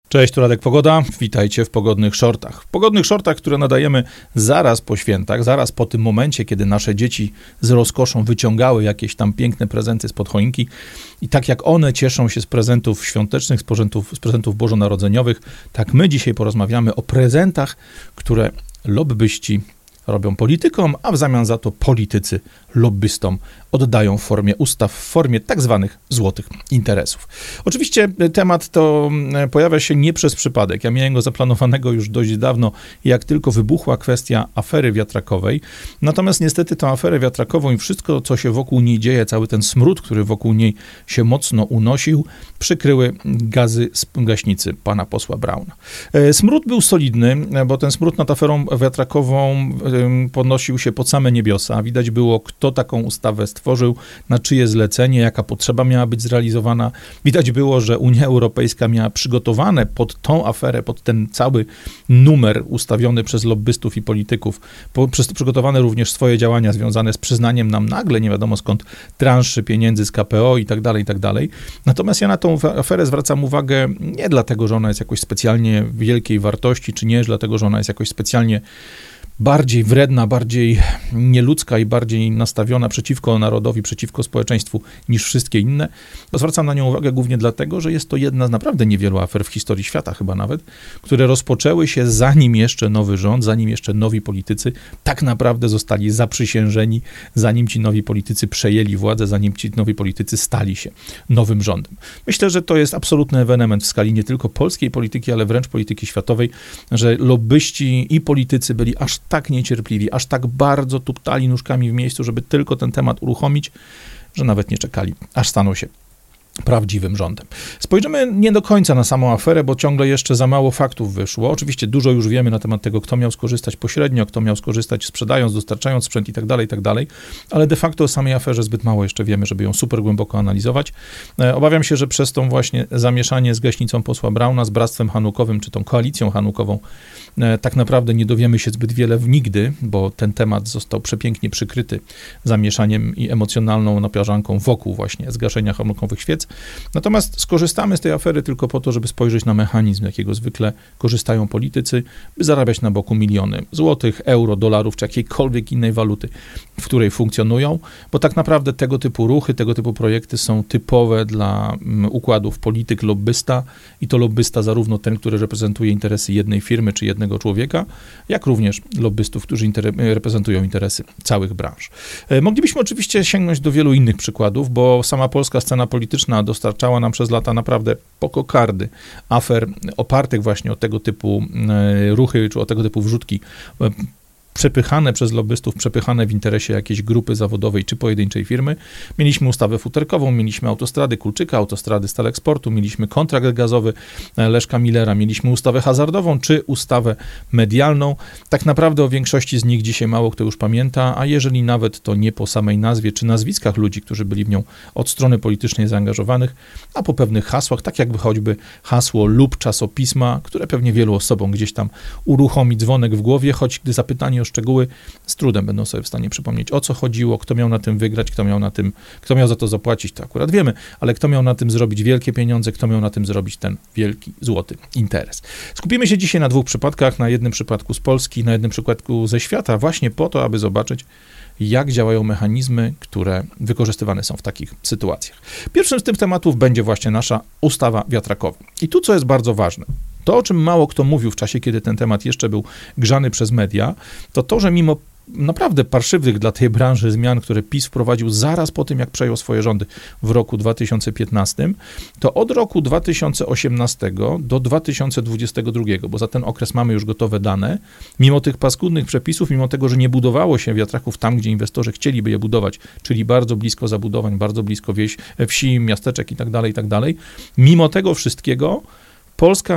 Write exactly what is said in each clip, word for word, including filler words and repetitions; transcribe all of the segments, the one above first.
Cześć, tu Radek Pogoda. Witajcie w Pogodnych Shortach. W Pogodnych Shortach, które nadajemy zaraz po świętach, zaraz po tym momencie, kiedy nasze dzieci z rozkoszą wyciągały jakieś tam piękne prezenty spod choinki i tak jak one cieszą się z prezentów świątecznych, z prezentów, z prezentów bożonarodzeniowych, tak my dzisiaj porozmawiamy o prezentach, które lobbyści robią politykom, a w zamian za to politycy lobbystom oddają w formie ustaw, w formie tak zwanych złotych interesów. Oczywiście temat to pojawia się nie przez przypadek. Ja miałem go zaplanowanego już dość dawno, jak tylko wybuchła kwestia afery wiatrakowej. Natomiast niestety tę aferę wiatrakową i wszystko, co się wokół niej dzieje, cały ten smród, który wokół niej się mocno unosił, przykryły gazy z gaśnicy pana posła Brauna. Smród był solidny, bo ten smród nad aferą wiatrakową podnosił się pod same niebiosa. Widać było, kto taką ustawę stworzył, na czyje zlecenie, jaka potrzeba miała być zrealizowana. Widać było, że Unia Europejska miała przygotowane pod tą aferę, pod ten cały numer ustawiony przez lobbystów i polityków, po, przez, przygotowane również swoje działania związane z przyznaniem nam nagle, nie wiadomo skąd, transzy pieniędzy z K P O i tak dalej, i tak dalej. Natomiast ja na tą aferę zwracam uwagę nie dlatego, że ona jest jakoś specjalnie wielkiej wartości, czy nie, dlatego, że ona jest jakoś specjalnie bardziej wredna, bardziej nieludzka i bardziej nastawiona przeciwko narodowi, przeciwko społeczeństwu niż wszystkie inne, to zwracam na nią uwagę głównie dlatego, że jest to jedna z naprawdę niewielu afer w historii świata chyba nawet, które rozpoczęły się zanim jeszcze nowy rząd, zanim jeszcze nowi politycy tak naprawdę zostali zaprzysiężeni, zanim ci nowi politycy przejęli władzę, zanim ci nowi politycy stali się nowym rządem. Myślę, że to jest absolutny ewenement w skali nie tylko polskiej polityki, ale wręcz polityki światowej, że lobbyści i politycy byli aż tak niecierpliwi, aż tak bardzo tuptali nóżkami w miejscu, żeby tylko ten temat uruchomić, że nawet nie czekali, aż staną się prawdziwym rządem. Spojrzymy nie do końca na samą aferę, bo ciągle jeszcze za mało faktów wyszło. Oczywiście dużo już wiemy na temat tego, kto miał skorzystać pośrednio, kto miał skorzystać sprzedając, dostarczając sprzęt i tak dalej, i tak dalej, ale de facto o samej aferze zbyt mało jeszcze wiemy, żeby ją super głęboko analizować. Obawiam się, że przez tą właśnie zamieszanie z gaśnicą posła Brauna, z Bractwem Hanukowym, czy tą koalicją hanukową, tak naprawdę nie dowiemy się zbyt wiele nigdy, bo ten temat został przepięknie przykryty zamieszaniem i emocjonalną napiarzanką wokół właśnie zgaszenia hanukowych świec. Natomiast skorzystamy z tej afery tylko po to, żeby spojrzeć na mechanizm, jakiego zwykle korzystają politycy, by zarabiać na boku miliony złotych, euro, dolarów, czy jakiejkolwiek innej waluty, w której funkcjonują, bo tak naprawdę tego typu ruchy, tego typu projekty są typowe dla układów polityk-lobbysta i to lobbysta zarówno ten, który reprezentuje interesy jednej firmy, czy jednego człowieka, jak również lobbystów, którzy inter- reprezentują interesy całych branż. Moglibyśmy oczywiście sięgnąć do wielu innych przykładów, bo sama polska scena polityczna dostarczała nam przez lata naprawdę pokokardy afer opartych właśnie o tego typu ruchy, czy o tego typu wrzutki, przepychane przez lobbystów, przepychane w interesie jakiejś grupy zawodowej czy pojedynczej firmy. Mieliśmy ustawę futerkową, mieliśmy autostrady Kulczyka, autostrady Staleksportu, mieliśmy kontrakt gazowy Leszka Millera, mieliśmy ustawę hazardową czy ustawę medialną. Tak naprawdę o większości z nich dzisiaj mało kto już pamięta, a jeżeli nawet to nie po samej nazwie czy nazwiskach ludzi, którzy byli w nią od strony politycznej zaangażowanych, a po pewnych hasłach, tak jak choćby hasło lub czasopisma, które pewnie wielu osobom gdzieś tam uruchomi dzwonek w głowie, choć gdy zapytanie o szczegóły, z trudem będą sobie w stanie przypomnieć, o co chodziło, kto miał na tym wygrać, kto miał na tym, kto miał za to zapłacić, to akurat wiemy, ale kto miał na tym zrobić wielkie pieniądze, kto miał na tym zrobić ten wielki, złoty interes. Skupimy się dzisiaj na dwóch przypadkach, na jednym przypadku z Polski, na jednym przypadku ze świata, właśnie po to, aby zobaczyć, jak działają mechanizmy, które wykorzystywane są w takich sytuacjach. Pierwszym z tych tematów będzie właśnie nasza ustawa wiatrakowa. I tu, co jest bardzo ważne, to, o czym mało kto mówił w czasie, kiedy ten temat jeszcze był grzany przez media, to to, że mimo naprawdę parszywych dla tej branży zmian, które PiS wprowadził zaraz po tym, jak przejął swoje rządy w roku dwa tysiące piętnastym, to od roku dwa tysiące osiemnastego do dwa tysiące dwudziestego drugiego, bo za ten okres mamy już gotowe dane, mimo tych paskudnych przepisów, mimo tego, że nie budowało się wiatraków tam, gdzie inwestorzy chcieliby je budować, czyli bardzo blisko zabudowań, bardzo blisko wieś, wsi, miasteczek i tak dalej, i tak dalej, mimo tego wszystkiego Polska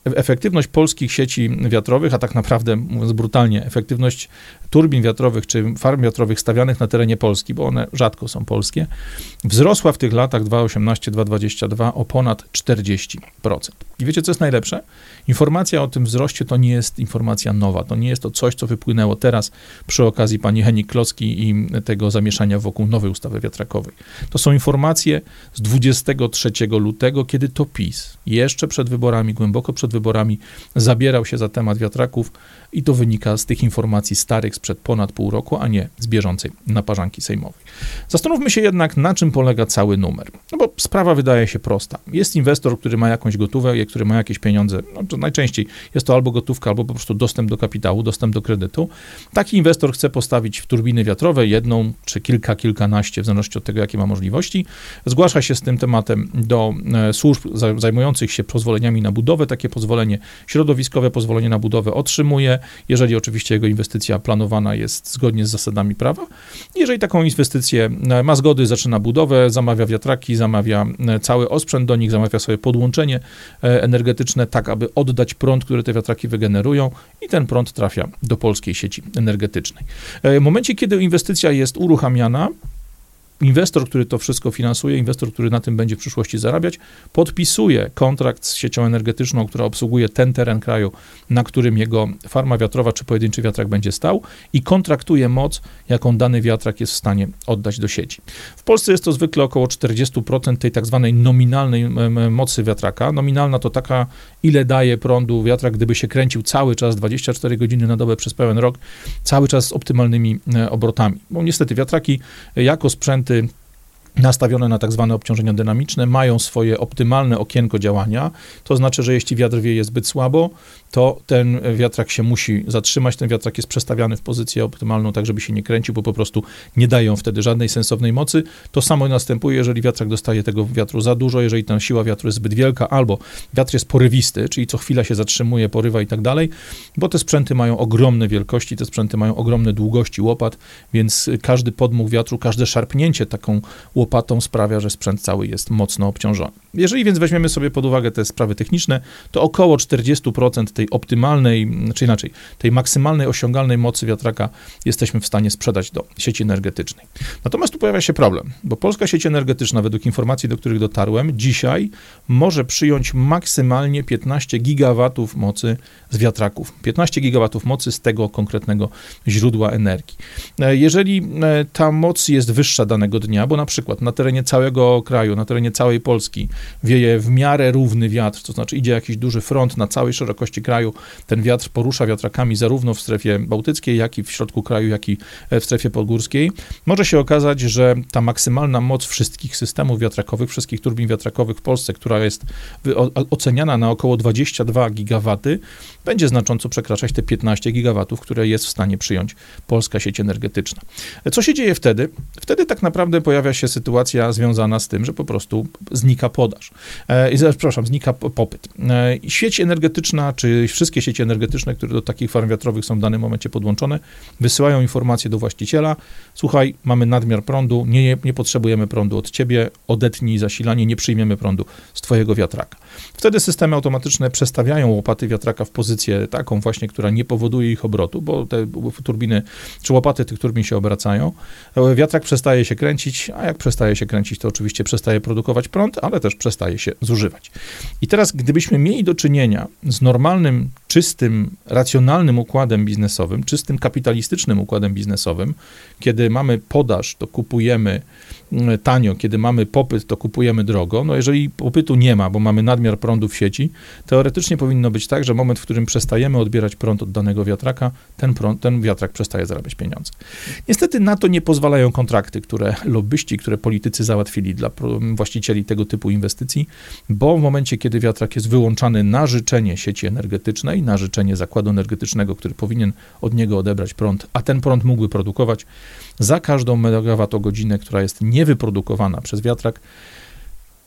efektywność polskich sieci wiatrowych, a tak naprawdę, mówiąc brutalnie, efektywność turbin wiatrowych czy farm wiatrowych stawianych na terenie Polski, bo one rzadko są polskie, wzrosła w tych latach dwa tysiące osiemnasty do dwa tysiące dwudziestego drugiego o ponad czterdzieści procent. I wiecie, co jest najlepsze? Informacja o tym wzroście to nie jest informacja nowa, to nie jest to coś, co wypłynęło teraz przy okazji pani Hennig-Kloski i tego zamieszania wokół nowej ustawy wiatrakowej. To są informacje z dwudziestego trzeciego lutego, kiedy to PiS jeszcze przed wyborami, głęboko przed wyborami zabierał się za temat wiatraków i to wynika z tych informacji starych sprzed ponad pół roku, a nie z bieżącej naparzanki sejmowej. Zastanówmy się jednak, na czym polega cały numer. No bo sprawa wydaje się prosta. Jest inwestor, który ma jakąś gotówkę, który ma jakieś pieniądze, no to najczęściej jest to albo gotówka, albo po prostu dostęp do kapitału, dostęp do kredytu. Taki inwestor chce postawić w turbiny wiatrowe jedną, czy kilka, kilkanaście, w zależności od tego, jakie ma możliwości. Zgłasza się z tym tematem do e, służb zajmujących się pozwoleniami na budowę. Takie pozwolenie środowiskowe, pozwolenie na budowę otrzymuje, jeżeli oczywiście jego inwestycja planowana jest zgodnie z zasadami prawa. Jeżeli taką inwestycję ma zgody, zaczyna budowę, zamawia wiatraki, zamawia cały osprzęt do nich, zamawia sobie podłączenie energetyczne, tak aby oddać prąd, który te wiatraki wygenerują i ten prąd trafia do polskiej sieci energetycznej. W momencie, kiedy inwestycja jest uruchamiana, inwestor, który to wszystko finansuje, inwestor, który na tym będzie w przyszłości zarabiać, podpisuje kontrakt z siecią energetyczną, która obsługuje ten teren kraju, na którym jego farma wiatrowa czy pojedynczy wiatrak będzie stał i kontraktuje moc, jaką dany wiatrak jest w stanie oddać do sieci. W Polsce jest to zwykle około czterdzieści procent tej tak zwanej nominalnej mocy wiatraka. Nominalna to taka, ile daje prądu wiatrak, gdyby się kręcił cały czas, dwadzieścia cztery godziny na dobę przez pełen rok, cały czas z optymalnymi obrotami. Bo niestety wiatraki jako sprzęty nastawione na tak zwane obciążenia dynamiczne mają swoje optymalne okienko działania. To znaczy, że jeśli wiatr wieje zbyt słabo, to ten wiatrak się musi zatrzymać, ten wiatrak jest przestawiany w pozycję optymalną, tak żeby się nie kręcił, bo po prostu nie dają wtedy żadnej sensownej mocy. To samo następuje, jeżeli wiatrak dostaje tego wiatru za dużo, jeżeli ta siła wiatru jest zbyt wielka, albo wiatr jest porywisty, czyli co chwila się zatrzymuje, porywa i tak dalej, bo te sprzęty mają ogromne wielkości, te sprzęty mają ogromne długości łopat, więc każdy podmuch wiatru, każde szarpnięcie taką łopatą sprawia, że sprzęt cały jest mocno obciążony. Jeżeli więc weźmiemy sobie pod uwagę te sprawy techniczne, to około czterdzieści procent tej optymalnej, czy inaczej, tej maksymalnej osiągalnej mocy wiatraka jesteśmy w stanie sprzedać do sieci energetycznej. Natomiast tu pojawia się problem, bo polska sieć energetyczna, według informacji, do których dotarłem, dzisiaj może przyjąć maksymalnie piętnaście gigawatów mocy z wiatraków. piętnaście gigawatów mocy z tego konkretnego źródła energii. Jeżeli ta moc jest wyższa danego dnia, bo na przykład na terenie całego kraju, na terenie całej Polski wieje w miarę równy wiatr, to znaczy idzie jakiś duży front na całej szerokości kraju, ten wiatr porusza wiatrakami zarówno w strefie bałtyckiej, jak i w środku kraju, jak i w strefie podgórskiej, może się okazać, że ta maksymalna moc wszystkich systemów wiatrakowych, wszystkich turbin wiatrakowych w Polsce, która jest oceniana na około dwadzieścia dwa gigawaty, będzie znacząco przekraczać te piętnaście gigawatów, które jest w stanie przyjąć polska sieć energetyczna. Co się dzieje wtedy? Wtedy tak naprawdę pojawia się sytuacja związana z tym, że po prostu znika podaż. E, przepraszam, znika popyt. E, sieć energetyczna, czy wszystkie sieci energetyczne, które do takich farm wiatrowych są w danym momencie podłączone, wysyłają informacje do właściciela: słuchaj, mamy nadmiar prądu, nie, nie potrzebujemy prądu od ciebie, odetnij zasilanie, nie przyjmiemy prądu z twojego wiatraka. Wtedy systemy automatyczne przestawiają łopaty wiatraka w pozycję taką właśnie, która nie powoduje ich obrotu, bo te turbiny, czy łopaty tych turbin się obracają. Wiatrak przestaje się kręcić, a jak przestaje się kręcić, to oczywiście przestaje produkować prąd, ale też przestaje się zużywać. I teraz, gdybyśmy mieli do czynienia z normalnym, czystym, racjonalnym układem biznesowym, czystym, kapitalistycznym układem biznesowym, kiedy mamy podaż, to kupujemy tanio, kiedy mamy popyt, to kupujemy drogo. No jeżeli popytu nie ma, bo mamy nadmiar prądu w sieci, teoretycznie powinno być tak, że moment, w którym przestajemy odbierać prąd od danego wiatraka, ten, prąd, ten wiatrak przestaje zarabiać pieniądze. Niestety na to nie pozwalają kontrakty, które lobbyści, które politycy załatwili dla właścicieli tego typu inwestycji, bo w momencie, kiedy wiatrak jest wyłączany na życzenie sieci energetycznej, na życzenie zakładu energetycznego, który powinien od niego odebrać prąd, a ten prąd mógłby produkować, za każdą megawattogodzinę, która jest niewyprodukowana przez wiatrak,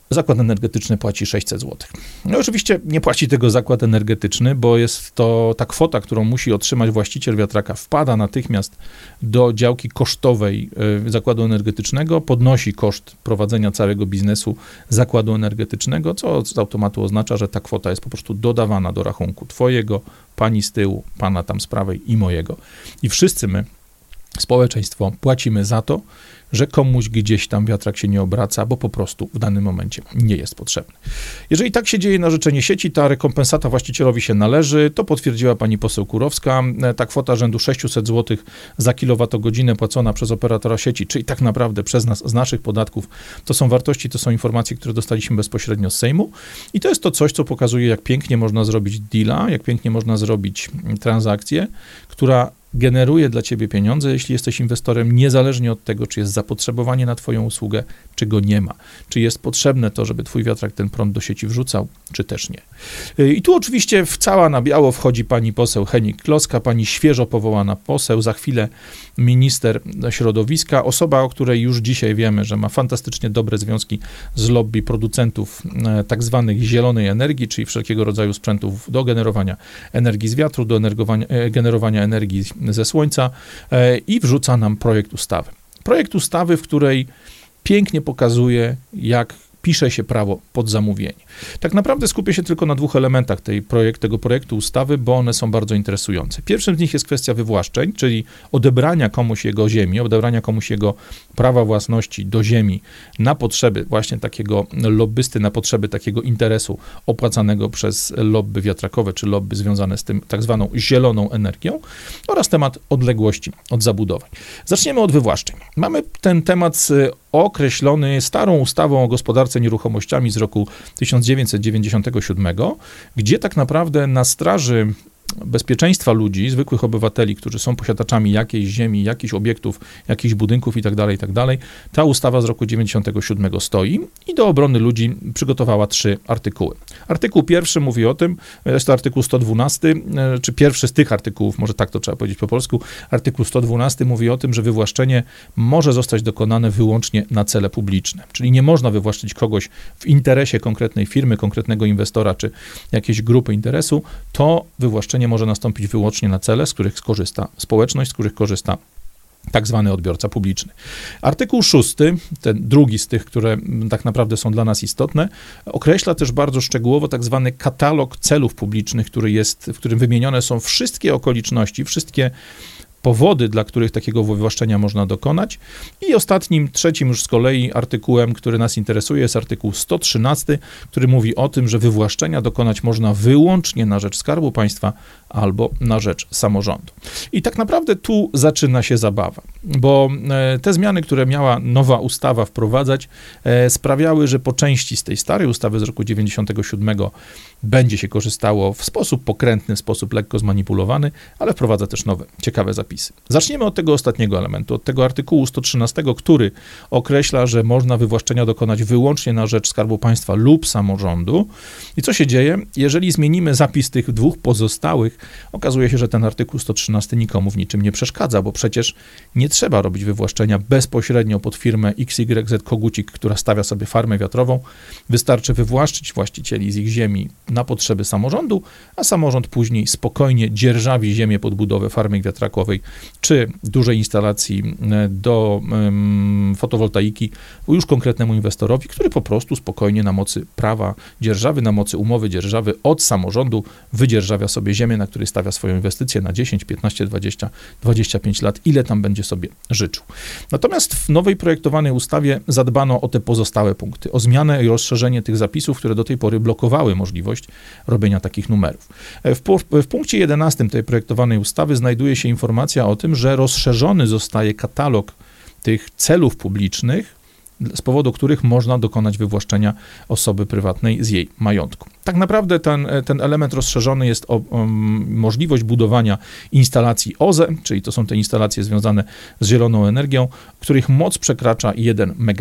zakład energetyczny płaci sześćset złotych. No oczywiście nie płaci tego zakład energetyczny, bo jest to ta kwota, którą musi otrzymać właściciel wiatraka, wpada natychmiast do działki kosztowej zakładu energetycznego, podnosi koszt prowadzenia całego biznesu zakładu energetycznego, co z automatu oznacza, że ta kwota jest po prostu dodawana do rachunku twojego, pani z tyłu, pana tam z prawej i mojego. I wszyscy my, społeczeństwo, płacimy za to, że komuś gdzieś tam wiatrak się nie obraca, bo po prostu w danym momencie nie jest potrzebny. Jeżeli tak się dzieje na życzenie sieci, ta rekompensata właścicielowi się należy, to potwierdziła pani poseł Kurowska. Ta kwota rzędu sześćset złotych za kilowatogodzinę płacona przez operatora sieci, czyli tak naprawdę przez nas, z naszych podatków, to są wartości, to są informacje, które dostaliśmy bezpośrednio z Sejmu i to jest to coś, co pokazuje, jak pięknie można zrobić deala, jak pięknie można zrobić transakcję, która generuje dla ciebie pieniądze, jeśli jesteś inwestorem, niezależnie od tego, czy jest zapotrzebowanie na twoją usługę, czy go nie ma. Czy jest potrzebne to, żeby twój wiatrak ten prąd do sieci wrzucał, czy też nie. I tu oczywiście w cała na biało wchodzi pani poseł Hennig-Kloska, pani świeżo powołana poseł, za chwilę minister środowiska, osoba, o której już dzisiaj wiemy, że ma fantastycznie dobre związki z lobby producentów e, tak zwanych zielonej energii, czyli wszelkiego rodzaju sprzętów do generowania energii z wiatru, do e, generowania energii ze słońca e, i wrzuca nam projekt ustawy. Projekt ustawy, w której pięknie pokazuje, jak pisze się prawo pod zamówienie. Tak naprawdę skupię się tylko na dwóch elementach tej projekt, tego projektu ustawy, bo one są bardzo interesujące. Pierwszym z nich jest kwestia wywłaszczeń, czyli odebrania komuś jego ziemi, odebrania komuś jego prawa własności do ziemi na potrzeby właśnie takiego lobbysty, na potrzeby takiego interesu opłacanego przez lobby wiatrakowe, czy lobby związane z tym tak zwaną zieloną energią oraz temat odległości od zabudowań. Zaczniemy od wywłaszczeń. Mamy ten temat określony starą ustawą o gospodarce nieruchomościami z roku tysiąc dziewięćset dziewięćdziesiątego siódmego, gdzie tak naprawdę na straży bezpieczeństwa ludzi, zwykłych obywateli, którzy są posiadaczami jakiejś ziemi, jakichś obiektów, jakichś budynków i tak dalej, i tak dalej, ta ustawa z roku dziewięćdziesiątego siódmego stoi i do obrony ludzi przygotowała trzy artykuły. Artykuł pierwszy mówi o tym, jest to artykuł sto dwunasty, czy pierwszy z tych artykułów, może tak to trzeba powiedzieć po polsku, artykuł sto dwunasty mówi o tym, że wywłaszczenie może zostać dokonane wyłącznie na cele publiczne, czyli nie można wywłaszczyć kogoś w interesie konkretnej firmy, konkretnego inwestora, czy jakiejś grupy interesu, to wywłaszczenie może nastąpić wyłącznie na cele, z których skorzysta społeczność, z których korzysta tak zwany odbiorca publiczny. Artykuł szósty, ten drugi z tych, które tak naprawdę są dla nas istotne, określa też bardzo szczegółowo tak zwany katalog celów publicznych, który jest, w którym wymienione są wszystkie okoliczności, wszystkie powody, dla których takiego wywłaszczenia można dokonać. I ostatnim, trzecim już z kolei artykułem, który nas interesuje, jest artykuł sto trzynasty, który mówi o tym, że wywłaszczenia dokonać można wyłącznie na rzecz Skarbu Państwa albo na rzecz samorządu. I tak naprawdę tu zaczyna się zabawa, bo te zmiany, które miała nowa ustawa wprowadzać, sprawiały, że po części z tej starej ustawy z roku dziewięćdziesiątego siódmego będzie się korzystało w sposób pokrętny, w sposób lekko zmanipulowany, ale wprowadza też nowe, ciekawe zapisy. Zaczniemy od tego ostatniego elementu, od tego artykułu sto trzynastego, który określa, że można wywłaszczenia dokonać wyłącznie na rzecz Skarbu Państwa lub samorządu. I co się dzieje? Jeżeli zmienimy zapis tych dwóch pozostałych, okazuje się, że ten artykuł sto trzynasty nikomu w niczym nie przeszkadza, bo przecież nie trzeba robić wywłaszczenia bezpośrednio pod firmę X Y Z Kogucik, która stawia sobie farmę wiatrową. Wystarczy wywłaszczyć właścicieli z ich ziemi na potrzeby samorządu, a samorząd później spokojnie dzierżawi ziemię pod budowę farmy wiatrakowej czy dużej instalacji do um, fotowoltaiki już konkretnemu inwestorowi, który po prostu spokojnie na mocy prawa dzierżawy, na mocy umowy dzierżawy od samorządu wydzierżawia sobie ziemię, na której stawia swoją inwestycję na dziesięć, piętnaście, dwadzieścia, dwadzieścia pięć lat, ile tam będzie sobie życzył. Natomiast w nowej projektowanej ustawie zadbano o te pozostałe punkty, o zmianę i rozszerzenie tych zapisów, które do tej pory blokowały możliwość robienia takich numerów. W, w punkcie jedenastym tej projektowanej ustawy znajduje się informacja o tym, że rozszerzony zostaje katalog tych celów publicznych, z powodu których można dokonać wywłaszczenia osoby prywatnej z jej majątku. Tak naprawdę ten, ten element rozszerzony jest o, o możliwość budowania instalacji O Z E, czyli to są te instalacje związane z zieloną energią, których moc przekracza jeden megawat.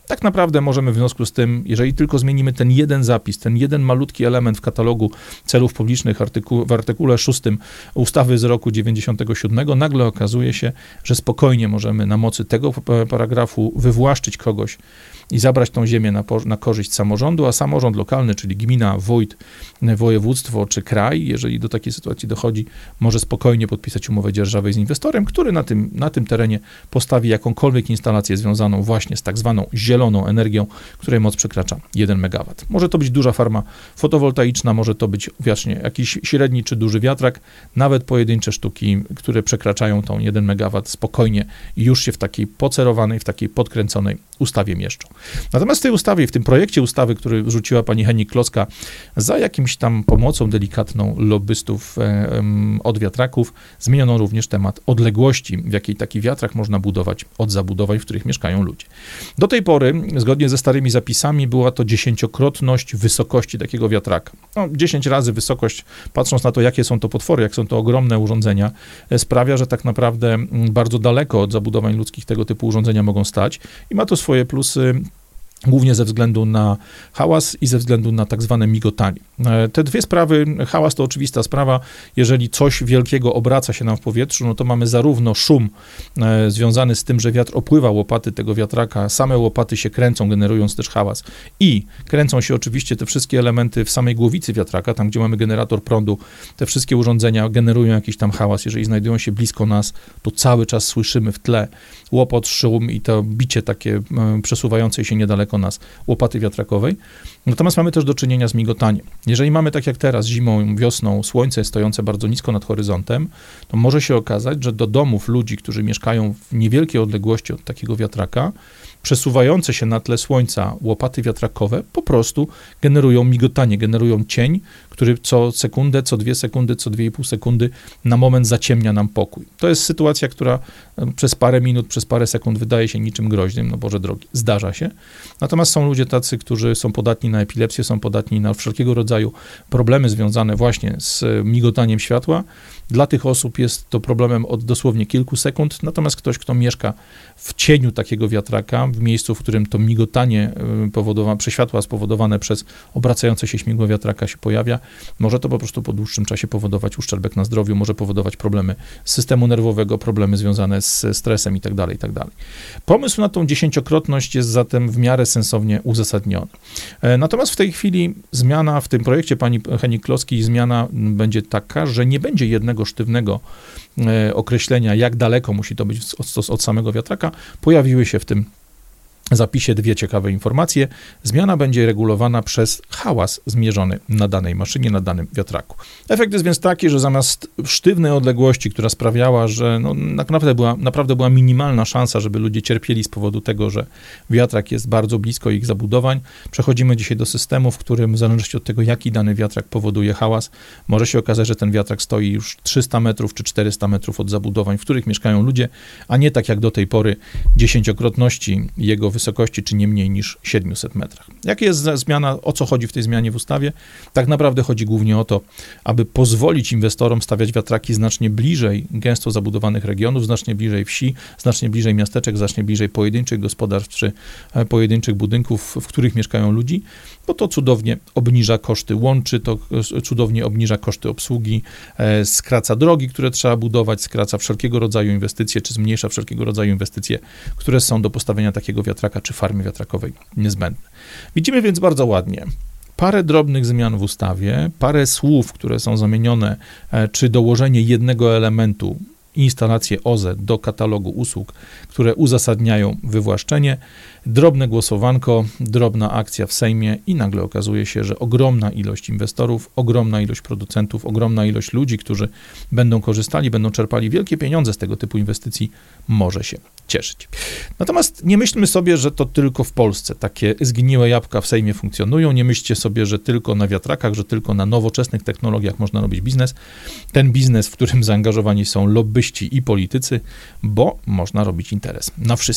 Tak naprawdę możemy w związku z tym, jeżeli tylko zmienimy ten jeden zapis, ten jeden malutki element w katalogu celów publicznych artykuł, w artykule szóstym ustawy z roku dziewięćdziesiątego siódmego, nagle okazuje się, że spokojnie możemy na mocy tego paragrafu wywłaszczyć kogoś i zabrać tą ziemię na, na korzyść samorządu, a samorząd lokalny, czyli gmina, wójt, województwo czy kraj, jeżeli do takiej sytuacji dochodzi, może spokojnie podpisać umowę dzierżawej z inwestorem, który na tym, na tym terenie postawi jakąkolwiek instalację związaną właśnie z tak zwaną zieloną energią, której moc przekracza jeden megawat. Może to być duża farma fotowoltaiczna, może to być właśnie jakiś średni czy duży wiatrak, nawet pojedyncze sztuki, które przekraczają tą jeden megawat, spokojnie już się w takiej pocerowanej, w takiej podkręconej ustawie mieszczą. Natomiast w tej ustawie, w tym projekcie ustawy, który rzuciła pani Hennig-Kloska za jakimś tam pomocą delikatną lobbystów e, um, od wiatraków, zmieniono również temat odległości, w jakiej taki wiatrak można budować od zabudowań, w których mieszkają ludzie. Do tej pory, zgodnie ze starymi zapisami, była to dziesięciokrotność wysokości takiego wiatraka. No, dziesięć razy wysokość, patrząc na to, jakie są to potwory, jak są to ogromne urządzenia, sprawia, że tak naprawdę bardzo daleko od zabudowań ludzkich tego typu urządzenia mogą stać i ma to swoje plusy, głównie ze względu na hałas i ze względu na tak zwane migotanie. Te dwie sprawy, hałas to oczywista sprawa, jeżeli coś wielkiego obraca się nam w powietrzu, no to mamy zarówno szum e, związany z tym, że wiatr opływa łopaty tego wiatraka, same łopaty się kręcą, generując też hałas i kręcą się oczywiście te wszystkie elementy w samej głowicy wiatraka, tam gdzie mamy generator prądu, te wszystkie urządzenia generują jakiś tam hałas, jeżeli znajdują się blisko nas, to cały czas słyszymy w tle łopot, szum i to bicie takie e, przesuwającej się niedaleko nas łopaty wiatrakowej. Natomiast mamy też do czynienia z migotaniem. Jeżeli mamy tak jak teraz, zimą, wiosną, słońce stojące bardzo nisko nad horyzontem, to może się okazać, że do domów ludzi, którzy mieszkają w niewielkiej odległości od takiego wiatraka, przesuwające się na tle słońca łopaty wiatrakowe po prostu generują migotanie, generują cień, który co sekundę, co dwie sekundy, co dwie i pół sekundy na moment zaciemnia nam pokój. To jest sytuacja, która przez parę minut, przez parę sekund wydaje się niczym groźnym, no Boże drogi, zdarza się. Natomiast są ludzie tacy, którzy są podatni na epilepsję, są podatni na wszelkiego rodzaju problemy związane właśnie z migotaniem światła. Dla tych osób jest to problemem od dosłownie kilku sekund, natomiast ktoś, kto mieszka w cieniu takiego wiatraka, w miejscu, w którym to migotanie powodowane, przeświatła spowodowane przez obracające się śmigło wiatraka się pojawia, może to po prostu po dłuższym czasie powodować uszczerbek na zdrowiu, może powodować problemy systemu nerwowego, problemy związane z stresem itd., itd. Pomysł na tą dziesięciokrotność jest zatem w miarę sensownie uzasadniony. Natomiast w tej chwili zmiana w tym projekcie pani Hennig-Kloski, zmiana będzie taka, że nie będzie jednego sztywnego określenia, jak daleko musi to być od, od samego wiatraka. Pojawiły się w tym zapisie dwie ciekawe informacje. Zmiana będzie regulowana przez hałas zmierzony na danej maszynie, na danym wiatraku. Efekt jest więc taki, że zamiast sztywnej odległości, która sprawiała, że no, naprawdę, była, naprawdę była minimalna szansa, żeby ludzie cierpieli z powodu tego, że wiatrak jest bardzo blisko ich zabudowań, przechodzimy dzisiaj do systemu, w którym w zależności od tego, jaki dany wiatrak powoduje hałas, może się okazać, że ten wiatrak stoi już trzysta metrów czy czterysta metrów od zabudowań, w których mieszkają ludzie, a nie tak jak do tej pory dziesięciokrotności jego wysokości, czy nie mniej niż siedmiuset metrach. Jaka jest zmiana, o co chodzi w tej zmianie w ustawie? Tak naprawdę chodzi głównie o to, aby pozwolić inwestorom stawiać wiatraki znacznie bliżej gęsto zabudowanych regionów, znacznie bliżej wsi, znacznie bliżej miasteczek, znacznie bliżej pojedynczych gospodarstw, czy pojedynczych budynków, w których mieszkają ludzi, bo to cudownie obniża koszty łączy, to cudownie obniża koszty obsługi, skraca drogi, które trzeba budować, skraca wszelkiego rodzaju inwestycje, czy zmniejsza wszelkiego rodzaju inwestycje, które są do postawienia takiego wiatraka czy farmy wiatrakowej niezbędne. Widzimy więc bardzo ładnie parę drobnych zmian w ustawie, parę słów, które są zamienione, czy dołożenie jednego elementu, instalację O Z E do katalogu usług, które uzasadniają wywłaszczenie, drobne głosowanko, drobna akcja w Sejmie i nagle okazuje się, że ogromna ilość inwestorów, ogromna ilość producentów, ogromna ilość ludzi, którzy będą korzystali, będą czerpali wielkie pieniądze z tego typu inwestycji, może się cieszyć. Natomiast nie myślmy sobie, że to tylko w Polsce takie zgniłe jabłka w Sejmie funkcjonują, nie myślcie sobie, że tylko na wiatrakach, że tylko na nowoczesnych technologiach można robić biznes. Ten biznes, w którym zaangażowani są lobbyści i politycy, bo można robić interes na wszystkim. Co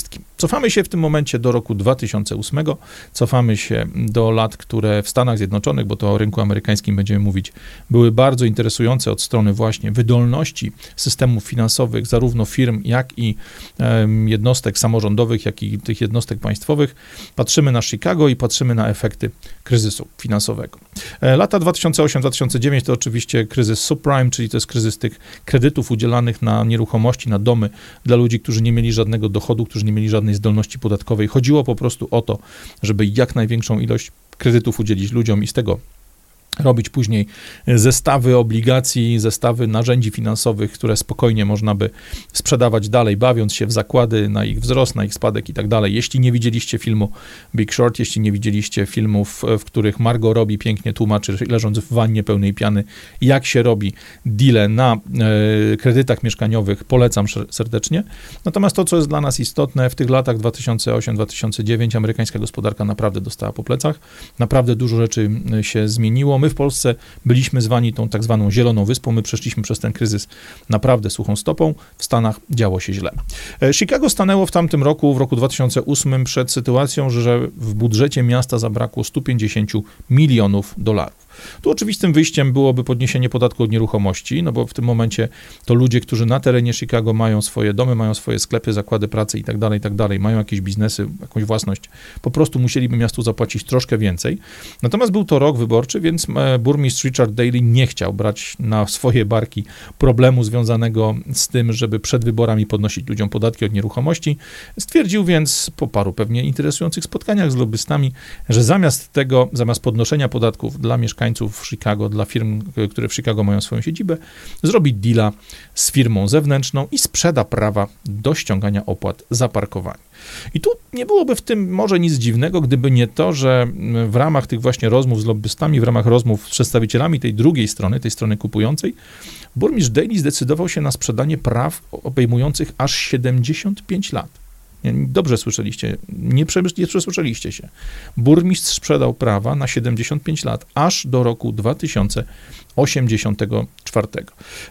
Cofamy się w tym momencie do roku dwa tysiące ósmego, cofamy się do lat, które w Stanach Zjednoczonych, bo to o rynku amerykańskim będziemy mówić, były bardzo interesujące od strony właśnie wydolności systemów finansowych, zarówno firm, jak i um, jednostek samorządowych, jak i tych jednostek państwowych. Patrzymy na Chicago i patrzymy na efekty kryzysu finansowego. Lata dwa tysiące ósmy do dwa tysiące dziewiątego to oczywiście kryzys subprime, czyli to jest kryzys tych kredytów udzielanych na nieruchomości, na domy dla ludzi, którzy nie mieli żadnego dochodu, którzy nie mieli żadnej zdolności podatkowej. Chodziło po prostu o to, żeby jak największą ilość kredytów udzielić ludziom i z tego robić później zestawy obligacji, zestawy narzędzi finansowych, które spokojnie można by sprzedawać dalej, bawiąc się w zakłady na ich wzrost, na ich spadek i tak dalej. Jeśli nie widzieliście filmu Big Short, jeśli nie widzieliście filmów, w których Margot Robbie pięknie tłumaczy, leżąc w wannie pełnej piany, jak się robi deale na e, kredytach mieszkaniowych, polecam serdecznie. Natomiast to, co jest dla nas istotne, w tych latach dwa tysiące ósmy do dwa tysiące dziewiątego amerykańska gospodarka naprawdę dostała po plecach, naprawdę dużo rzeczy się zmieniło. My w Polsce byliśmy zwani tą tak zwaną zieloną wyspą, my przeszliśmy przez ten kryzys naprawdę suchą stopą, w Stanach działo się źle. Chicago stanęło w tamtym roku, w roku dwa tysiące ósmym przed sytuacją, że w budżecie miasta zabrakło sto pięćdziesiąt milionów dolarów. Tu oczywistym wyjściem byłoby podniesienie podatku od nieruchomości, no bo w tym momencie to ludzie, którzy na terenie Chicago mają swoje domy, mają swoje sklepy, zakłady pracy i tak dalej, i tak dalej, mają jakieś biznesy, jakąś własność, po prostu musieliby miastu zapłacić troszkę więcej. Natomiast był to rok wyborczy, więc burmistrz Richard Daley nie chciał brać na swoje barki problemu związanego z tym, żeby przed wyborami podnosić ludziom podatki od nieruchomości. Stwierdził więc po paru pewnie interesujących spotkaniach z lobbystami, że zamiast tego, zamiast podnoszenia podatków dla mieszkańców w Chicago, dla firm, które w Chicago mają swoją siedzibę, zrobi deala z firmą zewnętrzną i sprzeda prawa do ściągania opłat za parkowanie. I tu nie byłoby w tym może nic dziwnego, gdyby nie to, że w ramach tych właśnie rozmów z lobbystami, w ramach rozmów z przedstawicielami tej drugiej strony, tej strony kupującej, burmistrz Daley zdecydował się na sprzedanie praw obejmujących aż siedemdziesiąt pięć lat. Dobrze słyszeliście, nie, prze, nie przesłyszeliście się. Burmistrz sprzedał prawa na siedemdziesiąt pięć lat, aż do roku dwa tysiące osiemdziesiątego czwartego.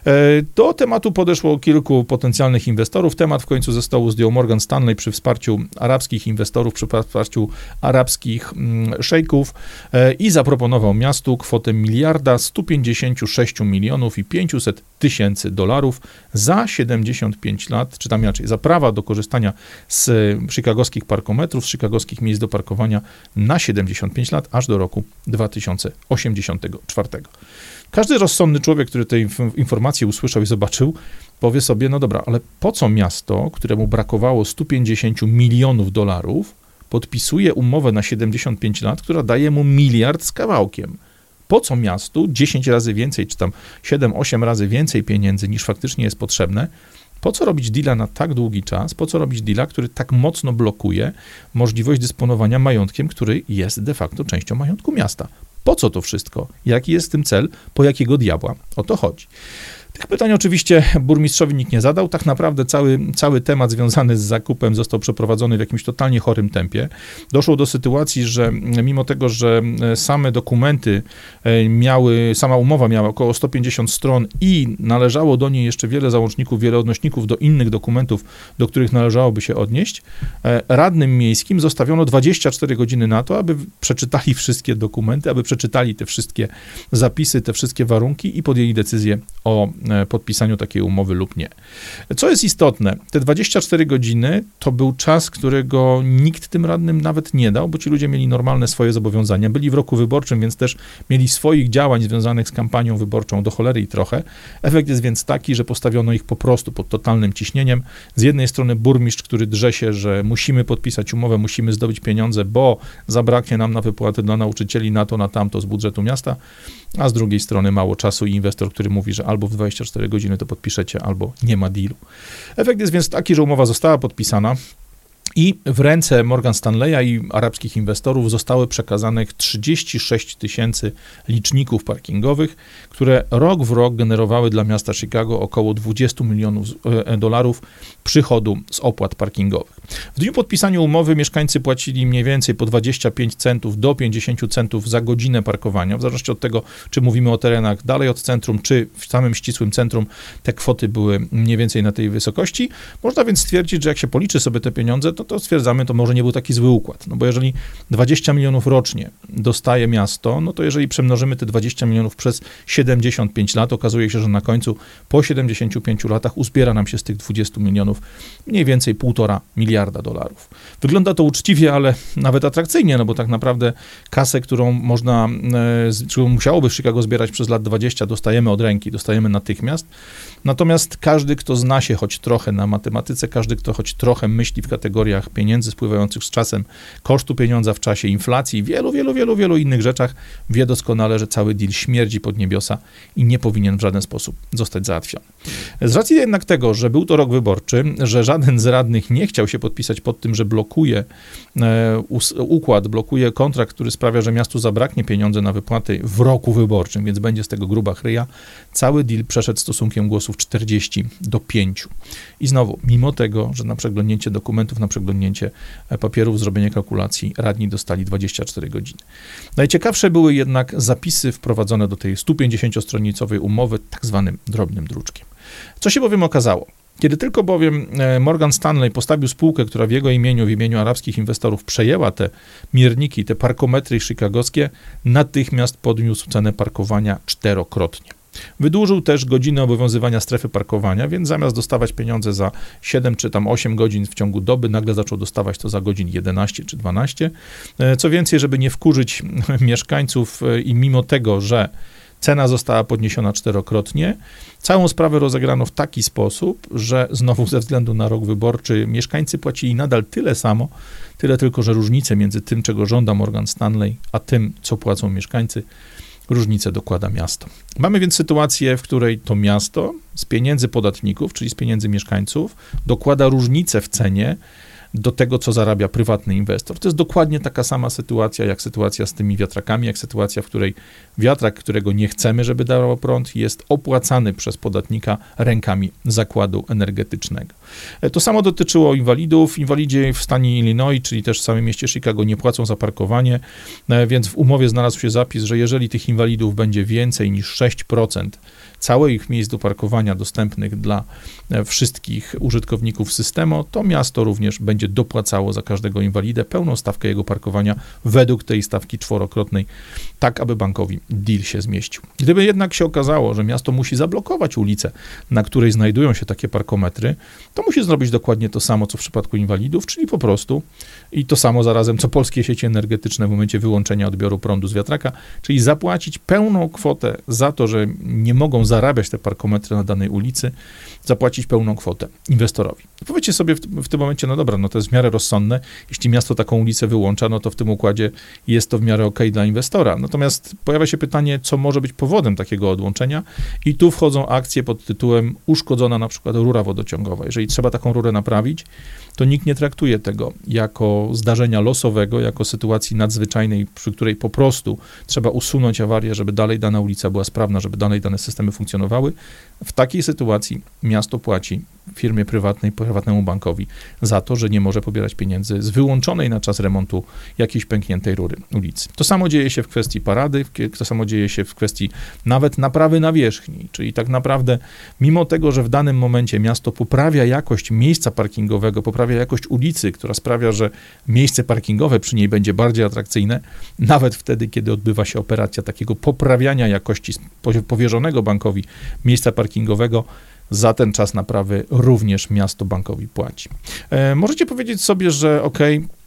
Do tematu podeszło kilku potencjalnych inwestorów. Temat w końcu ze stołu zdjął Morgan Stanley przy wsparciu arabskich inwestorów, przy wsparciu arabskich szejków i zaproponował miastu kwotę miliarda sto pięćdziesiąt sześć milionów i pięćset tysięcy dolarów za siedemdziesiąt pięć lat, czy tam inaczej, za prawa do korzystania z chicagowskich parkometrów, z chicagowskich miejsc do parkowania na siedemdziesiąt pięć lat, aż do roku dwa tysiące osiemdziesiątego czwartego. Każdy rozsądny człowiek, który tej informacji usłyszał i zobaczył, powie sobie, no dobra, ale po co miasto, któremu brakowało sto pięćdziesiąt milionów dolarów, podpisuje umowę na siedemdziesiąt pięć lat, która daje mu miliard z kawałkiem? Po co miastu dziesięć razy więcej, czy tam siedem osiem razy więcej pieniędzy, niż faktycznie jest potrzebne? Po co robić deala na tak długi czas? Po co robić deala, który tak mocno blokuje możliwość dysponowania majątkiem, który jest de facto częścią majątku miasta? Po co to wszystko? Jaki jest w tym cel? Po jakiego diabła? O to chodzi. Tych pytań oczywiście burmistrzowi nikt nie zadał. Tak naprawdę cały, cały temat związany z zakupem został przeprowadzony w jakimś totalnie chorym tempie. Doszło do sytuacji, że mimo tego, że same dokumenty miały, sama umowa miała około sto pięćdziesiąt stron i należało do niej jeszcze wiele załączników, wiele odnośników do innych dokumentów, do których należałoby się odnieść, radnym miejskim zostawiono dwadzieścia cztery godziny na to, aby przeczytali wszystkie dokumenty, aby przeczytali te wszystkie zapisy, te wszystkie warunki i podjęli decyzję o podpisaniu takiej umowy lub nie. Co jest istotne, te dwadzieścia cztery godziny to był czas, którego nikt tym radnym nawet nie dał, bo ci ludzie mieli normalne swoje zobowiązania, byli w roku wyborczym, więc też mieli swoich działań związanych z kampanią wyborczą do cholery i trochę. Efekt jest więc taki, że postawiono ich po prostu pod totalnym ciśnieniem. Z jednej strony burmistrz, który drze się, że musimy podpisać umowę, musimy zdobyć pieniądze, bo zabraknie nam na wypłaty dla nauczycieli, na to, na tamto z budżetu miasta, a z drugiej strony mało czasu i inwestor, który mówi, że albo w dwadzieścia cztery godziny to podpiszecie, albo nie ma dealu. Efekt jest więc taki, że umowa została podpisana i w ręce Morgan Stanleya i arabskich inwestorów zostały przekazanych trzydzieści sześć tysięcy liczników parkingowych, które rok w rok generowały dla miasta Chicago około dwadzieścia milionów dolarów przychodu z opłat parkingowych. W dniu podpisania umowy mieszkańcy płacili mniej więcej po dwadzieścia pięć centów do pięćdziesiąt centów za godzinę parkowania, w zależności od tego, czy mówimy o terenach dalej od centrum, czy w samym ścisłym centrum, te kwoty były mniej więcej na tej wysokości. Można więc stwierdzić, że jak się policzy sobie te pieniądze, to to stwierdzamy, to może nie był taki zły układ. No bo jeżeli dwadzieścia milionów rocznie dostaje miasto, no to jeżeli przemnożymy te dwadzieścia milionów przez siedemdziesiąt pięć lat, okazuje się, że na końcu po siedemdziesięciu pięciu latach uzbiera nam się z tych dwudziestu milionów mniej więcej półtora miliarda dolarów. Wygląda to uczciwie, ale nawet atrakcyjnie, no bo tak naprawdę kasę, którą można, którą musiałoby w Chicago zbierać przez lat dwadzieścia, dostajemy od ręki, dostajemy natychmiast. Natomiast każdy, kto zna się choć trochę na matematyce, każdy, kto choć trochę myśli w kategoriach pieniędzy spływających z czasem, kosztu pieniądza w czasie, inflacji, wielu, wielu, wielu, wielu innych rzeczach, wie doskonale, że cały deal śmierdzi pod niebiosa i nie powinien w żaden sposób zostać załatwiony. Z racji jednak tego, że był to rok wyborczy, że żaden z radnych nie chciał się podpisać pod tym, że blokuje e, us, układ, blokuje kontrakt, który sprawia, że miastu zabraknie pieniędzy na wypłaty w roku wyborczym, więc będzie z tego gruba chryja, cały deal przeszedł stosunkiem głosów czterdzieści do pięciu. I znowu, mimo tego, że na przeglądnięcie dokumentów, na przeglądnięcie papierów, zrobienie kalkulacji, radni dostali dwadzieścia cztery godziny. Najciekawsze były jednak zapisy wprowadzone do tej stu pięćdziesięciostronicowej umowy tak zwanym drobnym druczkiem. Co się bowiem okazało? Kiedy tylko bowiem Morgan Stanley postawił spółkę, która w jego imieniu, w imieniu arabskich inwestorów przejęła te mierniki, te parkometry chicagowskie, natychmiast podniósł cenę parkowania czterokrotnie. Wydłużył też godziny obowiązywania strefy parkowania, więc zamiast dostawać pieniądze za siedem czy tam osiem godzin w ciągu doby, nagle zaczął dostawać to za godzin jedenaście czy dwanaście. Co więcej, żeby nie wkurzyć mieszkańców i mimo tego, że cena została podniesiona czterokrotnie, całą sprawę rozegrano w taki sposób, że znowu ze względu na rok wyborczy mieszkańcy płacili nadal tyle samo, tyle tylko, że różnice między tym, czego żąda Morgan Stanley, a tym, co płacą mieszkańcy, różnicę dokłada miasto. Mamy więc sytuację, w której to miasto z pieniędzy podatników, czyli z pieniędzy mieszkańców, dokłada różnicę w cenie do tego, co zarabia prywatny inwestor. To jest dokładnie taka sama sytuacja, jak sytuacja z tymi wiatrakami, jak sytuacja, w której wiatrak, którego nie chcemy, żeby dawał prąd, jest opłacany przez podatnika rękami zakładu energetycznego. To samo dotyczyło inwalidów. Inwalidzi w stanie Illinois, czyli też w samym mieście Chicago, nie płacą za parkowanie, więc w umowie znalazł się zapis, że jeżeli tych inwalidów będzie więcej niż sześć procent całych miejsc do parkowania dostępnych dla wszystkich użytkowników systemu, to miasto również będzie dopłacało za każdego inwalidę pełną stawkę jego parkowania według tej stawki czworokrotnej, tak aby bankowi deal się zmieścił. Gdyby jednak się okazało, że miasto musi zablokować ulicę, na której znajdują się takie parkometry, to musi zrobić dokładnie to samo, co w przypadku inwalidów, czyli po prostu i to samo zarazem, co polskie sieci energetyczne w momencie wyłączenia odbioru prądu z wiatraka, czyli zapłacić pełną kwotę za to, że nie mogą zarabiać te parkometry na danej ulicy, zapłacić pełną kwotę inwestorowi. Powiedzcie sobie w, w tym momencie, no dobra, no to jest w miarę rozsądne, jeśli miasto taką ulicę wyłącza, no to w tym układzie jest to w miarę okej dla inwestora. Natomiast pojawia się pytanie, co może być powodem takiego odłączenia i tu wchodzą akcje pod tytułem uszkodzona na przykład rura wodociągowa. Jeżeli trzeba taką rurę naprawić, to nikt nie traktuje tego jako zdarzenia losowego, jako sytuacji nadzwyczajnej, przy której po prostu trzeba usunąć awarię, żeby dalej dana ulica była sprawna, żeby dalej dane systemy funkcjonowały. W takiej sytuacji miasto płaci firmie prywatnej, prywatnemu bankowi za to, że nie może pobierać pieniędzy z wyłączonej na czas remontu jakiejś pękniętej rury ulicy. To samo dzieje się w kwestii parady, to samo dzieje się w kwestii nawet naprawy nawierzchni, czyli tak naprawdę mimo tego, że w danym momencie miasto poprawia jakość miejsca parkingowego, poprawia jakość ulicy, która sprawia, że miejsce parkingowe przy niej będzie bardziej atrakcyjne, nawet wtedy, kiedy odbywa się operacja takiego poprawiania jakości powierzonego bankowi miejsca parkingowego, za ten czas naprawy również miasto bankowi płaci. E, możecie powiedzieć sobie, że okej, okay,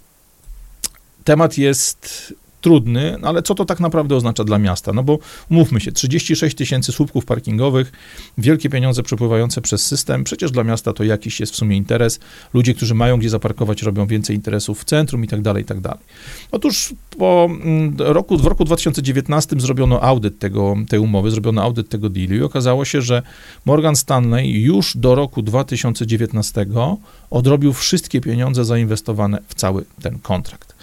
temat jest trudny, ale co to tak naprawdę oznacza dla miasta? No bo umówmy się, trzydzieści sześć tysięcy słupków parkingowych, wielkie pieniądze przepływające przez system, przecież dla miasta to jakiś jest w sumie interes. Ludzie, którzy mają gdzie zaparkować, robią więcej interesów w centrum i tak dalej, i tak dalej. Otóż po roku, w roku dwa tysiące dziewiętnastym zrobiono audyt tego, tej umowy, zrobiono audyt tego dealu i okazało się, że Morgan Stanley już do roku dwa tysiące dziewiętnastego odrobił wszystkie pieniądze zainwestowane w cały ten kontrakt.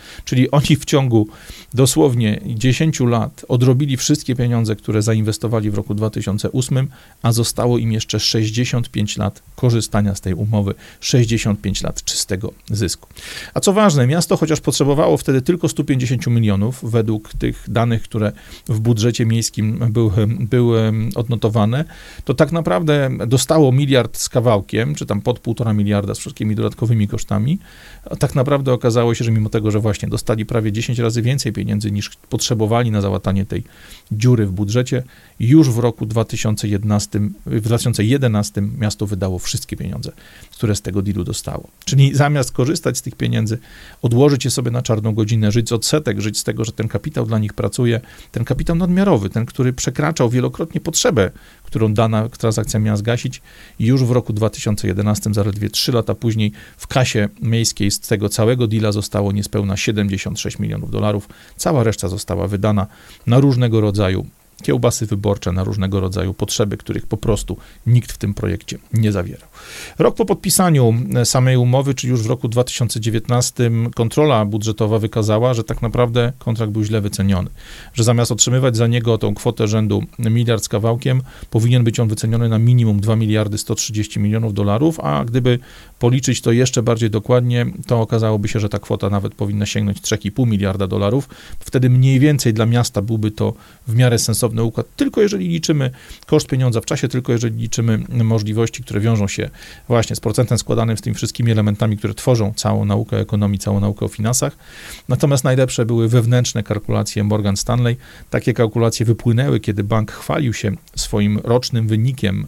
Czyli oni w ciągu dosłownie dziesięciu lat odrobili wszystkie pieniądze, które zainwestowali w roku dwa tysiące ósmym, a zostało im jeszcze sześćdziesiąt pięć lat korzystania z tej umowy, sześćdziesiąt pięć lat czystego zysku. A co ważne, miasto chociaż potrzebowało wtedy tylko stu pięćdziesięciu milionów, według tych danych, które w budżecie miejskim były, były odnotowane, to tak naprawdę dostało miliard z kawałkiem, czy tam pod półtora miliarda z wszystkimi dodatkowymi kosztami, a tak naprawdę okazało się, że mimo tego, że właśnie dostali prawie dziesięć razy więcej pieniędzy niż potrzebowali na załatanie tej dziury w budżecie, już w roku dwa tysiące jedenastym, w dwa tysiące jedenastym miasto wydało wszystkie pieniądze, które z tego dealu dostało. Czyli zamiast korzystać z tych pieniędzy, odłożyć je sobie na czarną godzinę, żyć z odsetek, żyć z tego, że ten kapitał dla nich pracuje, ten kapitał nadmiarowy, ten, który przekraczał wielokrotnie potrzebę, którą dana transakcja miała zgasić, już w roku dwa tysiące jedenastym, zaledwie trzy lata później, w kasie miejskiej z tego całego deala zostało niespełna siedemdziesiąt sześć milionów dolarów. Cała reszta została wydana na różnego rodzaju kiełbasy wyborcze, na różnego rodzaju potrzeby, których po prostu nikt w tym projekcie nie zawierał. Rok po podpisaniu samej umowy, czyli już w roku dwa tysiące dziewiętnastym, kontrola budżetowa wykazała, że tak naprawdę kontrakt był źle wyceniony, że zamiast otrzymywać za niego tą kwotę rzędu miliard z kawałkiem, powinien być on wyceniony na minimum dwa miliardy sto trzydzieści milionów dolarów, a gdyby policzyć to jeszcze bardziej dokładnie, to okazałoby się, że ta kwota nawet powinna sięgnąć trzy i pół miliarda dolarów. Wtedy mniej więcej dla miasta byłby to w miarę sensowny układ, tylko jeżeli liczymy koszt pieniądza w czasie, tylko jeżeli liczymy możliwości, które wiążą się właśnie z procentem składanym z tymi wszystkimi elementami, które tworzą całą naukę ekonomii, całą naukę o finansach. Natomiast najlepsze były wewnętrzne kalkulacje Morgan Stanley. Takie kalkulacje wypłynęły, kiedy bank chwalił się swoim rocznym wynikiem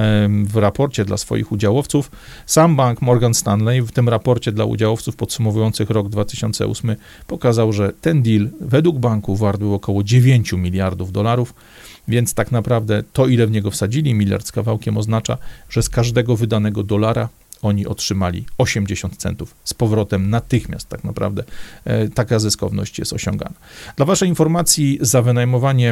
w raporcie dla swoich udziałowców. Sam bank Morgan Stanley w tym raporcie dla udziałowców podsumowujących rok dwa tysiące ósmy pokazał, że ten deal według banku wart był około dziewięć miliardów dolarów, więc tak naprawdę to, ile w niego wsadzili, miliard z kawałkiem, oznacza, że z każdego wydanego dolara oni otrzymali osiemdziesiąt centów z powrotem natychmiast. Tak naprawdę e, taka zyskowność jest osiągana. Dla waszej informacji, za wynajmowanie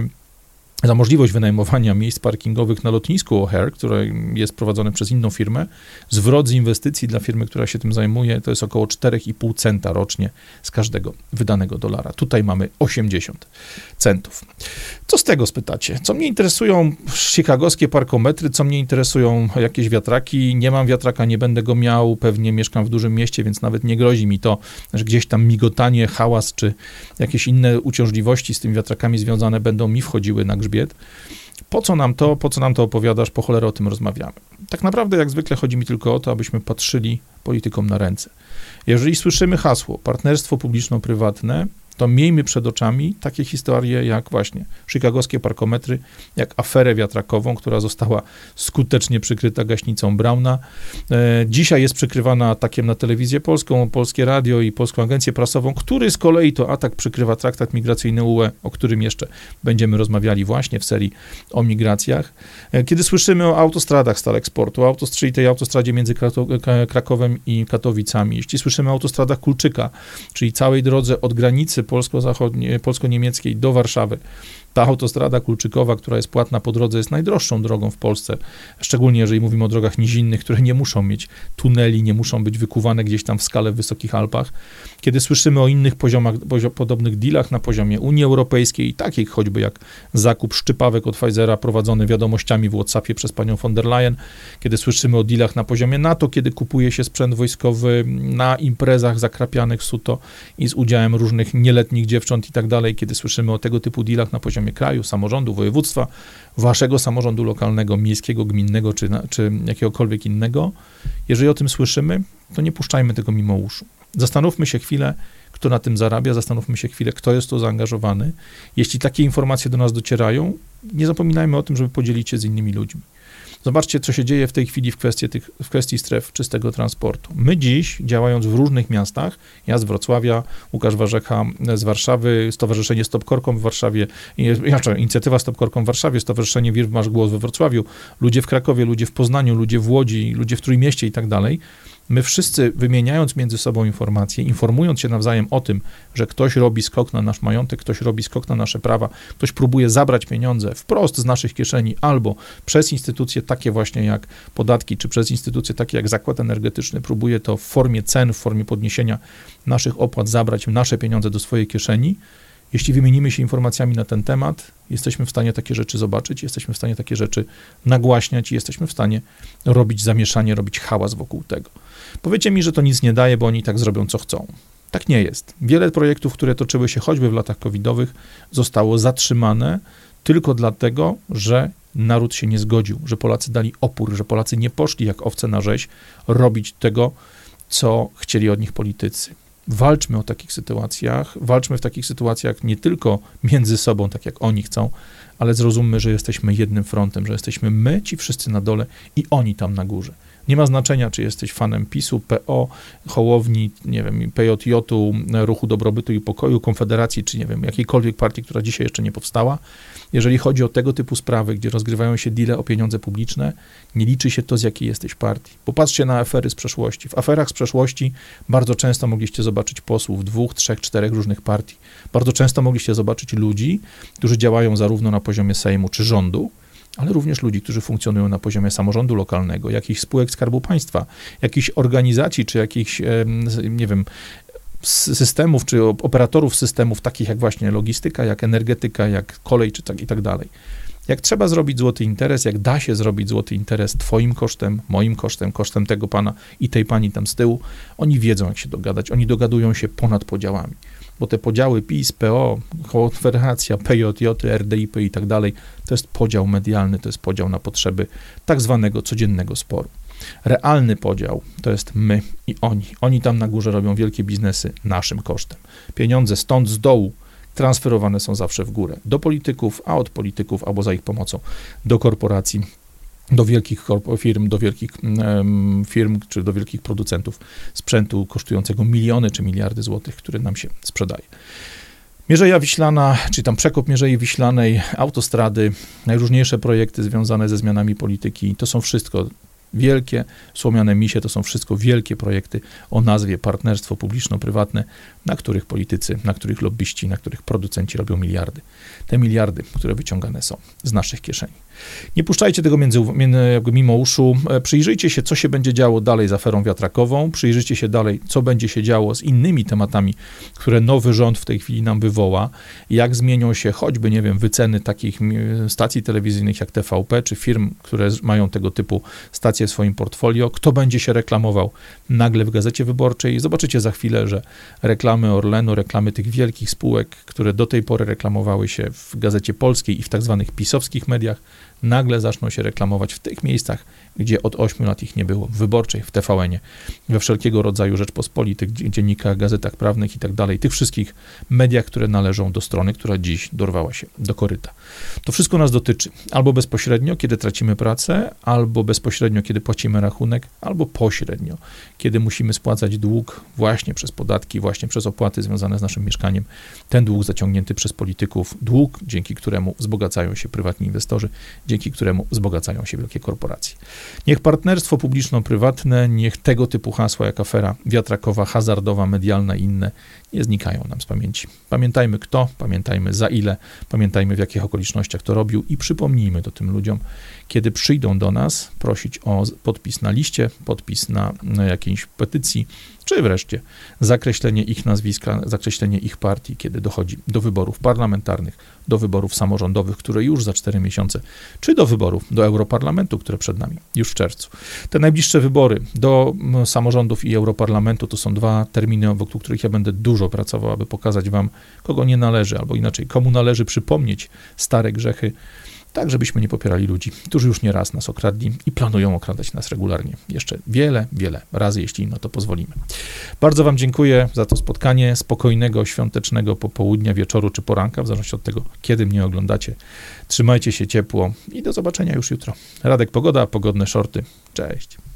za możliwość wynajmowania miejsc parkingowych na lotnisku O'Hare, które jest prowadzone przez inną firmę, zwrot z inwestycji dla firmy, która się tym zajmuje, to jest około cztery i pół centa rocznie z każdego wydanego dolara. Tutaj mamy osiemdziesiąt centów. Co z tego spytacie? Co mnie interesują chicagowskie parkometry, co mnie interesują jakieś wiatraki? Nie mam wiatraka, nie będę go miał, pewnie mieszkam w dużym mieście, więc nawet nie grozi mi to, że gdzieś tam migotanie, hałas, czy jakieś inne uciążliwości z tymi wiatrakami związane będą mi wchodziły na grzbiet. Po co nam to, po co nam to opowiadasz, po cholerę o tym rozmawiamy. Tak naprawdę, jak zwykle, chodzi mi tylko o to, abyśmy patrzyli politykom na ręce. Jeżeli słyszymy hasło partnerstwo publiczno-prywatne, to miejmy przed oczami takie historie jak właśnie chicagowskie parkometry, jak aferę wiatrakową, która została skutecznie przykryta gaśnicą Brauna. E, dzisiaj jest przykrywana atakiem na telewizję polską, Polskie Radio i Polską Agencję Prasową, który z kolei to atak przykrywa traktat migracyjny U E, o którym jeszcze będziemy rozmawiali właśnie w serii o migracjach. E, kiedy słyszymy o autostradach stale eksportu, autos, czyli tej autostradzie między Krakowem i Katowicami, jeśli słyszymy o autostradach Kulczyka, czyli całej drodze od granicy polsko-zachodniej, polsko-niemieckiej do Warszawy. Ta autostrada kulczykowa, która jest płatna po drodze, jest najdroższą drogą w Polsce, szczególnie jeżeli mówimy o drogach nizinnych, które nie muszą mieć tuneli, nie muszą być wykuwane gdzieś tam w skale w Wysokich Alpach. Kiedy słyszymy o innych poziomach, poziom, podobnych dealach na poziomie Unii Europejskiej, takich choćby jak zakup szczypawek od Pfizera prowadzony wiadomościami w WhatsAppie przez panią von der Leyen, kiedy słyszymy o dealach na poziomie NATO, kiedy kupuje się sprzęt wojskowy na imprezach zakrapianych w suto i z udziałem różnych nieletnich dziewcząt i tak dalej, kiedy słyszymy o tego typu dealach na poziomie kraju, samorządu, województwa, waszego samorządu lokalnego, miejskiego, gminnego, czy, czy jakiegokolwiek innego, jeżeli o tym słyszymy, to nie puszczajmy tego mimo uszu. Zastanówmy się chwilę, kto na tym zarabia, zastanówmy się chwilę, kto jest tu zaangażowany. Jeśli takie informacje do nas docierają, nie zapominajmy o tym, żeby podzielić się z innymi ludźmi. Zobaczcie, co się dzieje w tej chwili w kwestii, tych, w kwestii stref czystego transportu. My dziś, działając w różnych miastach, ja z Wrocławia, Łukasz Warzecha z Warszawy, Stowarzyszenie Stop Korkom w Warszawie, inaczej, Inicjatywa Stop Korkom w Warszawie, Stowarzyszenie Wirb Masz Głos we Wrocławiu, ludzie w Krakowie, ludzie w Poznaniu, ludzie w Łodzi, ludzie w Trójmieście i tak dalej, My wszyscy wymieniając między sobą informacje, informując się nawzajem o tym, że ktoś robi skok na nasz majątek, ktoś robi skok na nasze prawa, ktoś próbuje zabrać pieniądze wprost z naszych kieszeni albo przez instytucje takie właśnie jak podatki, czy przez instytucje takie jak zakład energetyczny, próbuje to w formie cen, w formie podniesienia naszych opłat zabrać nasze pieniądze do swojej kieszeni. Jeśli wymienimy się informacjami na ten temat, jesteśmy w stanie takie rzeczy zobaczyć, jesteśmy w stanie takie rzeczy nagłaśniać i jesteśmy w stanie robić zamieszanie, robić hałas wokół tego. Powiecie mi, że to nic nie daje, bo oni tak zrobią, co chcą. Tak nie jest. Wiele projektów, które toczyły się choćby w latach covidowych, zostało zatrzymane tylko dlatego, że naród się nie zgodził, że Polacy dali opór, że Polacy nie poszli jak owce na rzeź robić tego, co chcieli od nich politycy. Walczmy o takich sytuacjach, walczmy w takich sytuacjach nie tylko między sobą, tak jak oni chcą, ale zrozummy, że jesteśmy jednym frontem, że jesteśmy my, ci wszyscy na dole i oni tam na górze. Nie ma znaczenia, czy jesteś fanem PiSu, P O, Hołowni, nie wiem, P J J-u, Ruchu Dobrobytu i Pokoju, Konfederacji, czy nie wiem, jakiejkolwiek partii, która dzisiaj jeszcze nie powstała. Jeżeli chodzi o tego typu sprawy, gdzie rozgrywają się deale o pieniądze publiczne, nie liczy się to, z jakiej jesteś partii. Popatrzcie na afery z przeszłości. W aferach z przeszłości bardzo często mogliście zobaczyć posłów dwóch, trzech, czterech różnych partii. Bardzo często mogliście zobaczyć ludzi, którzy działają zarówno na poziomie Sejmu czy rządu, ale również ludzi, którzy funkcjonują na poziomie samorządu lokalnego, jakichś spółek Skarbu Państwa, jakichś organizacji, czy jakichś, nie wiem, systemów, czy operatorów systemów, takich jak właśnie logistyka, jak energetyka, jak kolej, czy tak i tak dalej. Jak trzeba zrobić złoty interes, jak da się zrobić złoty interes twoim kosztem, moim kosztem, kosztem tego pana i tej pani tam z tyłu, oni wiedzą, jak się dogadać, oni dogadują się ponad podziałami. Bo te podziały PiS, P O, Konfederacja, P J J, R D I P i tak dalej, to jest podział medialny, to jest podział na potrzeby tak zwanego codziennego sporu. Realny podział to jest my i oni. Oni tam na górze robią wielkie biznesy naszym kosztem. Pieniądze stąd, z dołu transferowane są zawsze w górę. Do polityków, a od polityków albo za ich pomocą do korporacji, do wielkich firm, do wielkich um, firm, czy do wielkich producentów sprzętu kosztującego miliony czy miliardy złotych, który nam się sprzedaje. Mierzeja Wiślana, czy tam przekop Mierzei Wiślanej, autostrady, najróżniejsze projekty związane ze zmianami polityki, to są wszystko wielkie, słomiane misie, to są wszystko wielkie projekty o nazwie partnerstwo publiczno-prywatne, na których politycy, na których lobbyści, na których producenci robią miliardy. Te miliardy, które wyciągane są z naszych kieszeni. Nie puszczajcie tego między, jakby mimo uszu. Przyjrzyjcie się, co się będzie działo dalej z aferą wiatrakową. Przyjrzyjcie się dalej, co będzie się działo z innymi tematami, które nowy rząd w tej chwili nam wywoła. Jak zmienią się choćby, nie wiem, wyceny takich stacji telewizyjnych jak T V P, czy firm, które mają tego typu stacje w swoim portfolio. Kto będzie się reklamował nagle w Gazecie Wyborczej. Zobaczycie za chwilę, że reklamy Orlenu, reklamy tych wielkich spółek, które do tej pory reklamowały się w Gazecie Polskiej i w tak zwanych pisowskich mediach, nagle zaczną się reklamować w tych miejscach, gdzie od ośmiu lat ich nie było, w Wyborczej, w T V N-ie, we wszelkiego rodzaju Rzeczpospolitych, dziennikach, gazetach prawnych i tak dalej, tych wszystkich mediach, które należą do strony, która dziś dorwała się do koryta. To wszystko nas dotyczy, albo bezpośrednio, kiedy tracimy pracę, albo bezpośrednio, kiedy płacimy rachunek, albo pośrednio, kiedy musimy spłacać dług właśnie przez podatki, właśnie przez opłaty związane z naszym mieszkaniem, ten dług zaciągnięty przez polityków, dług, dzięki któremu wzbogacają się prywatni inwestorzy, dzięki któremu wzbogacają się wielkie korporacje. Niech partnerstwo publiczno-prywatne, niech tego typu hasła jak afera wiatrakowa, hazardowa, medialna i inne nie znikają nam z pamięci. Pamiętajmy kto, pamiętajmy za ile, pamiętajmy w jakich okolicznościach to robił i przypomnijmy to tym ludziom, kiedy przyjdą do nas prosić o podpis na liście, podpis na, na jakiejś petycji, czy wreszcie zakreślenie ich nazwiska, zakreślenie ich partii, kiedy dochodzi do wyborów parlamentarnych, do wyborów samorządowych, które już za cztery miesiące, czy do wyborów do Europarlamentu, które przed nami już w czerwcu. Te najbliższe wybory do samorządów i Europarlamentu to są dwa terminy, wokół których ja będę dużo pracował, aby pokazać wam, kogo nie należy, albo inaczej, komu należy przypomnieć stare grzechy, tak żebyśmy nie popierali ludzi, którzy już nie raz nas okradli i planują okradać nas regularnie. Jeszcze wiele, wiele razy, jeśli na to pozwolimy. Bardzo wam dziękuję za to spotkanie. Spokojnego, świątecznego popołudnia, wieczoru czy poranka, w zależności od tego, kiedy mnie oglądacie. Trzymajcie się ciepło i do zobaczenia już jutro. Radek Pogoda, pogodne shorty. Cześć.